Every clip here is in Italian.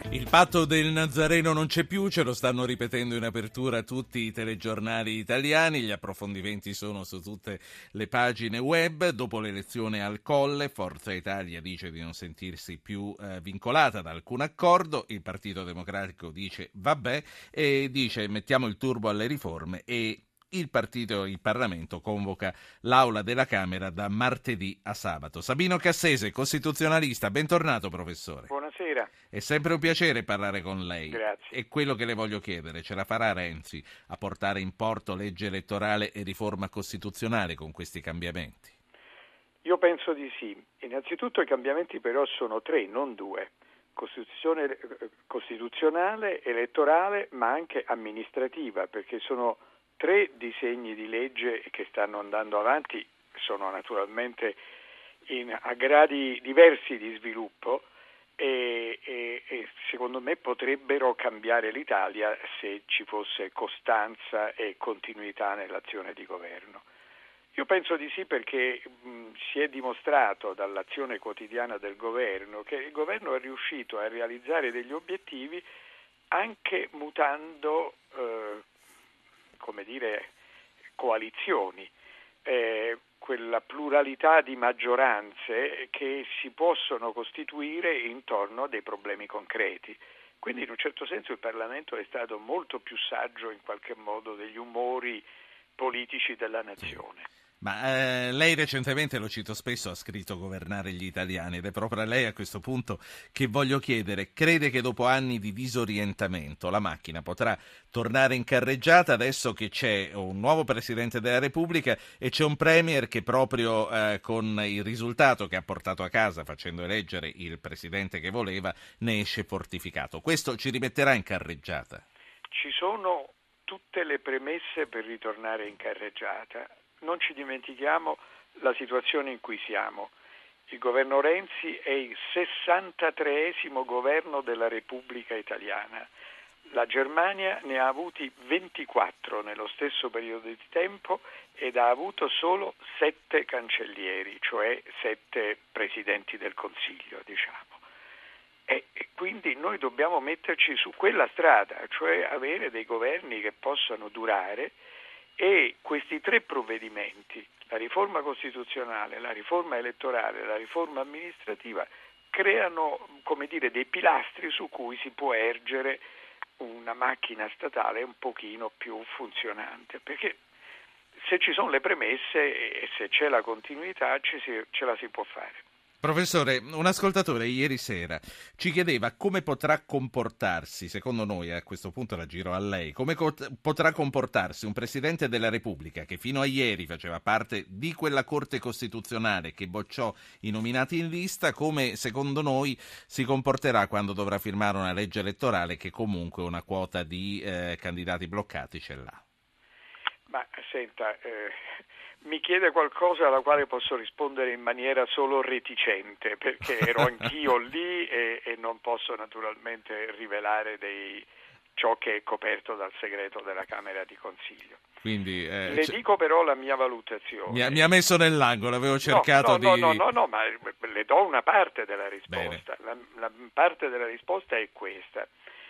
Il patto del Nazareno non c'è più, ce lo stanno ripetendo in apertura tutti i telegiornali italiani, gli approfondimenti sono su tutte le pagine web. Dopo l'elezione al Colle, Forza Italia dice di non sentirsi più vincolata da alcun accordo, il Partito Democratico dice vabbè e dice mettiamo il turbo alle riforme e il Parlamento convoca l'Aula della Camera da martedì a sabato. Sabino Cassese, costituzionalista, bentornato professore. Buonasera. È sempre un piacere parlare con lei. Grazie. E quello che le voglio chiedere, ce la farà Renzi a portare in porto legge elettorale e riforma costituzionale con questi cambiamenti? Io penso di sì. Innanzitutto i cambiamenti però sono 3, non 2. Costituzionale, elettorale, ma anche amministrativa, perché sono 3 disegni di legge che stanno andando avanti, sono naturalmente a gradi diversi di sviluppo e secondo me potrebbero cambiare l'Italia se ci fosse costanza e continuità nell'azione di governo. Io penso di sì perché si è dimostrato dall'azione quotidiana del governo che il governo è riuscito a realizzare degli obiettivi anche mutando coalizioni, quella pluralità di maggioranze che si possono costituire intorno a dei problemi concreti. Quindi in un certo senso il Parlamento è stato molto più saggio in qualche modo degli umori politici della nazione. Ma lei recentemente, lo cito spesso, ha scritto Governare gli italiani ed è proprio a lei a questo punto che voglio chiedere, crede che dopo anni di disorientamento la macchina potrà tornare in carreggiata adesso che c'è un nuovo Presidente della Repubblica e c'è un Premier che proprio con il risultato che ha portato a casa facendo eleggere il Presidente che voleva ne esce fortificato? Questo ci rimetterà in carreggiata? Ci sono tutte le premesse per ritornare in carreggiata. Non ci dimentichiamo la situazione in cui siamo. Il governo Renzi è il 63esimo governo della Repubblica Italiana. La Germania ne ha avuti 24 nello stesso periodo di tempo ed ha avuto solo 7 cancellieri, cioè 7 presidenti del Consiglio, diciamo. E quindi noi dobbiamo metterci su quella strada, cioè avere dei governi che possano durare. E questi 3 provvedimenti, la riforma costituzionale, la riforma elettorale e la riforma amministrativa, creano, dei pilastri su cui si può ergere una macchina statale un pochino più funzionante. Perché se ci sono le premesse e se c'è la continuità ce la si può fare. Professore, un ascoltatore ieri sera ci chiedeva come potrà comportarsi, secondo noi, a questo punto la giro a lei, come potrà comportarsi un Presidente della Repubblica che fino a ieri faceva parte di quella Corte Costituzionale che bocciò i nominati in lista, come secondo noi si comporterà quando dovrà firmare una legge elettorale che comunque una quota di candidati bloccati ce l'ha. Ma senta, mi chiede qualcosa alla quale posso rispondere in maniera solo reticente, perché ero anch'io lì e non posso naturalmente rivelare ciò che è coperto dal segreto della Camera di Consiglio. Quindi, Le dico però la mia valutazione. Mi ha messo nell'angolo, avevo cercato No, ma le do una parte della risposta. La parte della risposta è questa.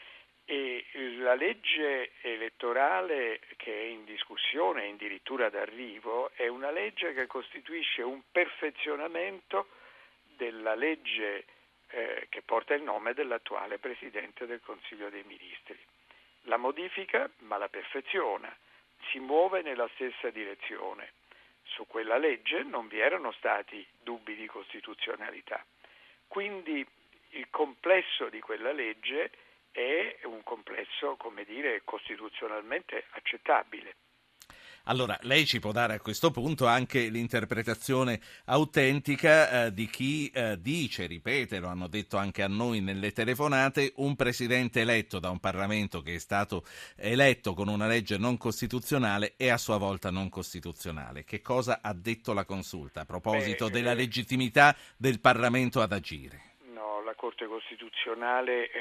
E la legge elettorale che è in discussione, addirittura d'arrivo, è una legge che costituisce un perfezionamento della legge che porta il nome dell'attuale Presidente del Consiglio dei Ministri. La modifica, ma la perfeziona, si muove nella stessa direzione. Su quella legge non vi erano stati dubbi di costituzionalità. Quindi il complesso di quella legge è un complesso, costituzionalmente accettabile. Allora, lei ci può dare a questo punto anche l'interpretazione autentica di chi dice, ripete, lo hanno detto anche a noi nelle telefonate, un presidente eletto da un Parlamento che è stato eletto con una legge non costituzionale e a sua volta non costituzionale. Che cosa ha detto la Consulta a proposito della legittimità del Parlamento ad agire? No, la Corte Costituzionale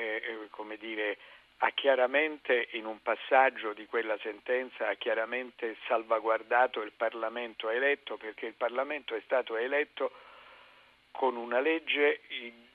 ha chiaramente, in un passaggio di quella sentenza, ha chiaramente salvaguardato il Parlamento eletto, perché il Parlamento è stato eletto con una legge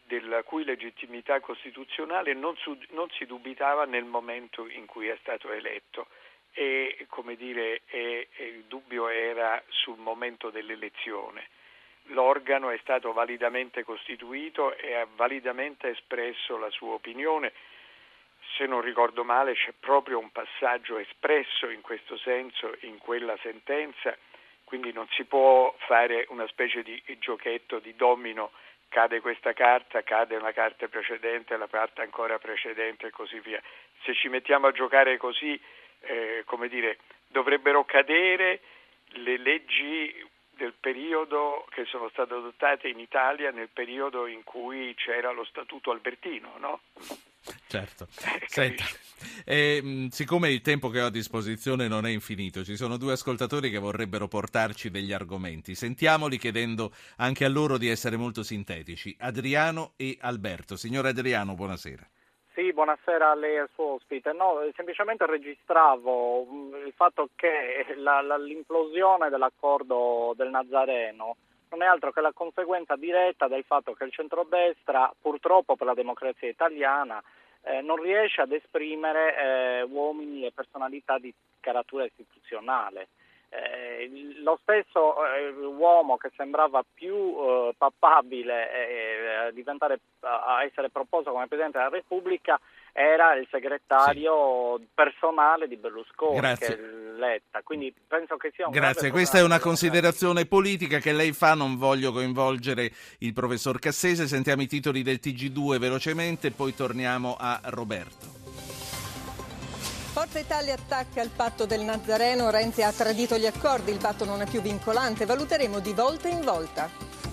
della cui legittimità costituzionale non si dubitava nel momento in cui è stato eletto e, come dire, il dubbio era sul momento dell'elezione. L'organo è stato validamente costituito e ha validamente espresso la sua opinione. Se non ricordo male c'è proprio un passaggio espresso in questo senso in quella sentenza, quindi non si può fare una specie di giochetto di domino, cade questa carta, cade una carta precedente, la carta ancora precedente e così via. Se ci mettiamo a giocare così, dovrebbero cadere le leggi del periodo che sono state adottate in Italia nel periodo in cui c'era lo Statuto Albertino, no? Certo. Senta, siccome il tempo che ho a disposizione non è infinito, ci sono due ascoltatori che vorrebbero portarci degli argomenti. Sentiamoli chiedendo anche a loro di essere molto sintetici. Adriano e Alberto. Signor Adriano, buonasera. Sì, buonasera a lei e al suo ospite. No, semplicemente registravo il fatto che l'implosione dell'accordo del Nazareno non è altro che la conseguenza diretta del fatto che il centrodestra, purtroppo per la democrazia italiana, non riesce ad esprimere uomini e personalità di caratura istituzionale. Lo stesso uomo che sembrava più papabile a essere proposto come Presidente della Repubblica era il segretario personale di Berlusconi, Grazie. che è Letta. Quindi penso che sia un Grazie, questa è una considerazione politica che lei fa, non voglio coinvolgere il professor Cassese. Sentiamo i titoli del TG2 velocemente, poi torniamo a Roberto. Forza Italia attacca il patto del Nazareno, Renzi ha tradito gli accordi, il patto non è più vincolante, valuteremo di volta in volta.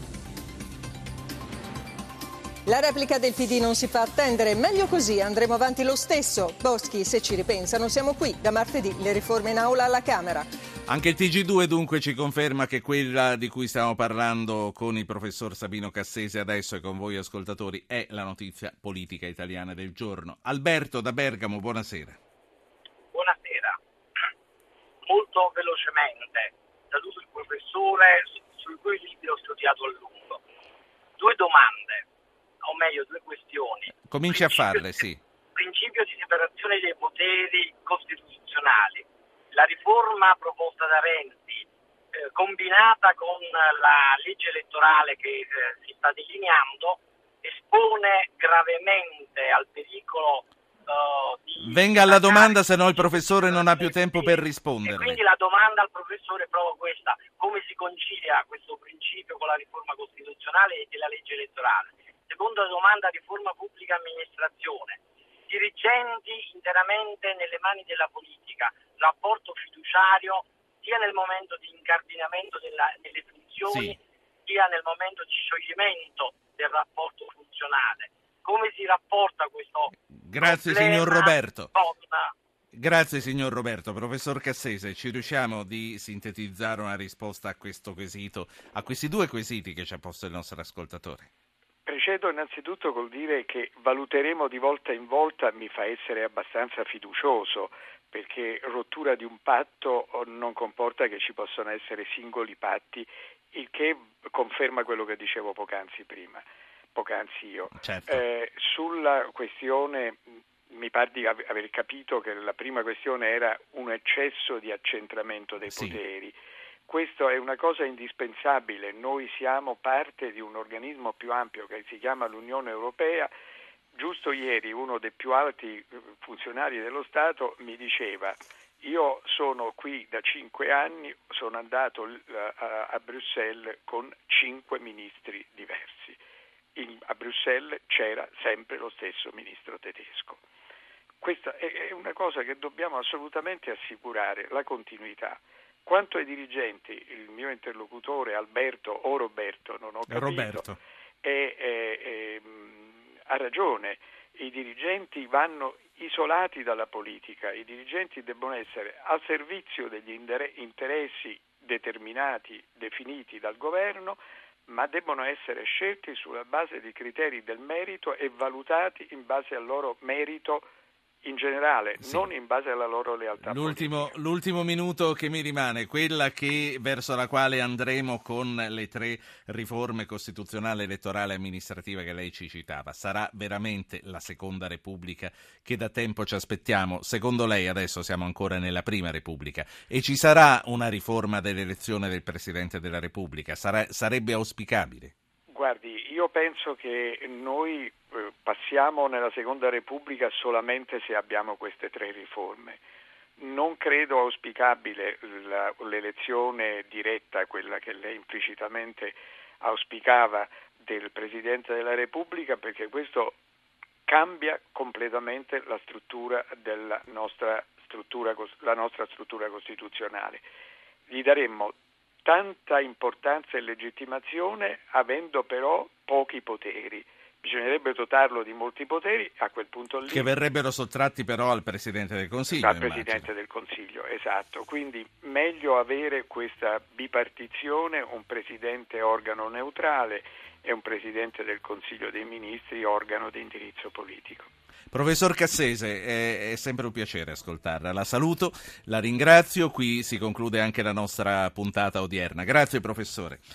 La replica del PD non si fa attendere, meglio così, andremo avanti lo stesso. Boschi, se ci ripensano, siamo qui, da martedì, le riforme in aula alla Camera. Anche il TG2 dunque ci conferma che quella di cui stiamo parlando con il professor Sabino Cassese adesso e con voi ascoltatori è la notizia politica italiana del giorno. Alberto da Bergamo, buonasera. Buonasera. Molto velocemente, saluto il professore, sui cui libri ho studiato a lungo. Due domande, o meglio due questioni. Cominci a farle, sì. Principio di separazione dei poteri costituzionali. La riforma proposta da Renzi, combinata con la legge elettorale che si sta delineando, espone gravemente al pericolo Venga alla domanda, se no il professore non ha più tempo per rispondere. Quindi la domanda al professore è proprio questa: come si concilia questo principio con la riforma costituzionale e la legge elettorale? Seconda domanda: riforma pubblica amministrazione. Dirigenti interamente nelle mani della politica, rapporto fiduciario sia nel momento di incardinamento delle funzioni, sia nel momento di scioglimento del rapporto funzionale. Come si rapporta questo Grazie signor Roberto. Con... Grazie signor Roberto. Professor Cassese, ci riusciamo di sintetizzare una risposta a questo quesito, a questi due quesiti che ci ha posto il nostro ascoltatore? Precedo innanzitutto col dire che valuteremo di volta in volta mi fa essere abbastanza fiducioso, perché rottura di un patto non comporta che ci possano essere singoli patti, il che conferma quello che dicevo poc'anzi io. Certo. Sulla questione mi pare di aver capito che la prima questione era un eccesso di accentramento dei poteri. Questo è una cosa indispensabile. Noi siamo parte di un organismo più ampio che si chiama l'Unione Europea. Giusto ieri uno dei più alti funzionari dello Stato mi diceva: io sono qui da 5 anni, sono andato a Bruxelles con 5 ministri diversi. A Bruxelles c'era sempre lo stesso ministro tedesco. Questa è una cosa che dobbiamo assolutamente assicurare, la continuità. Quanto ai dirigenti, il mio interlocutore Alberto o Roberto, non ho capito, ha ragione. I dirigenti vanno isolati dalla politica, i dirigenti debbono essere al servizio degli interessi determinati, definiti dal governo, ma debbono essere scelti sulla base di criteri del merito e valutati in base al loro merito in generale, sì, non in base alla loro lealtà politica. L'ultimo minuto che mi rimane, quella verso la quale andremo con le 3 riforme costituzionale, elettorale e amministrativa che lei ci citava, sarà veramente la seconda Repubblica che da tempo ci aspettiamo? Secondo lei adesso siamo ancora nella prima Repubblica e ci sarà una riforma dell'elezione del Presidente della Repubblica? Sarebbe auspicabile? Guardi, io penso che noi passiamo nella Seconda Repubblica solamente se abbiamo queste 3 riforme. Non credo auspicabile l'elezione diretta, quella che lei implicitamente auspicava, del Presidente della Repubblica, perché questo cambia completamente la nostra struttura costituzionale. Gli daremmo tanta importanza e legittimazione avendo però pochi poteri. Bisognerebbe dotarlo di molti poteri, a quel punto lì... Che verrebbero sottratti però al Presidente del Consiglio. Al Presidente del Consiglio, esatto. Quindi meglio avere questa bipartizione, un Presidente organo neutrale e un Presidente del Consiglio dei Ministri organo di indirizzo politico. Professor Cassese, è sempre un piacere ascoltarla. La saluto, la ringrazio. Qui si conclude anche la nostra puntata odierna. Grazie, professore.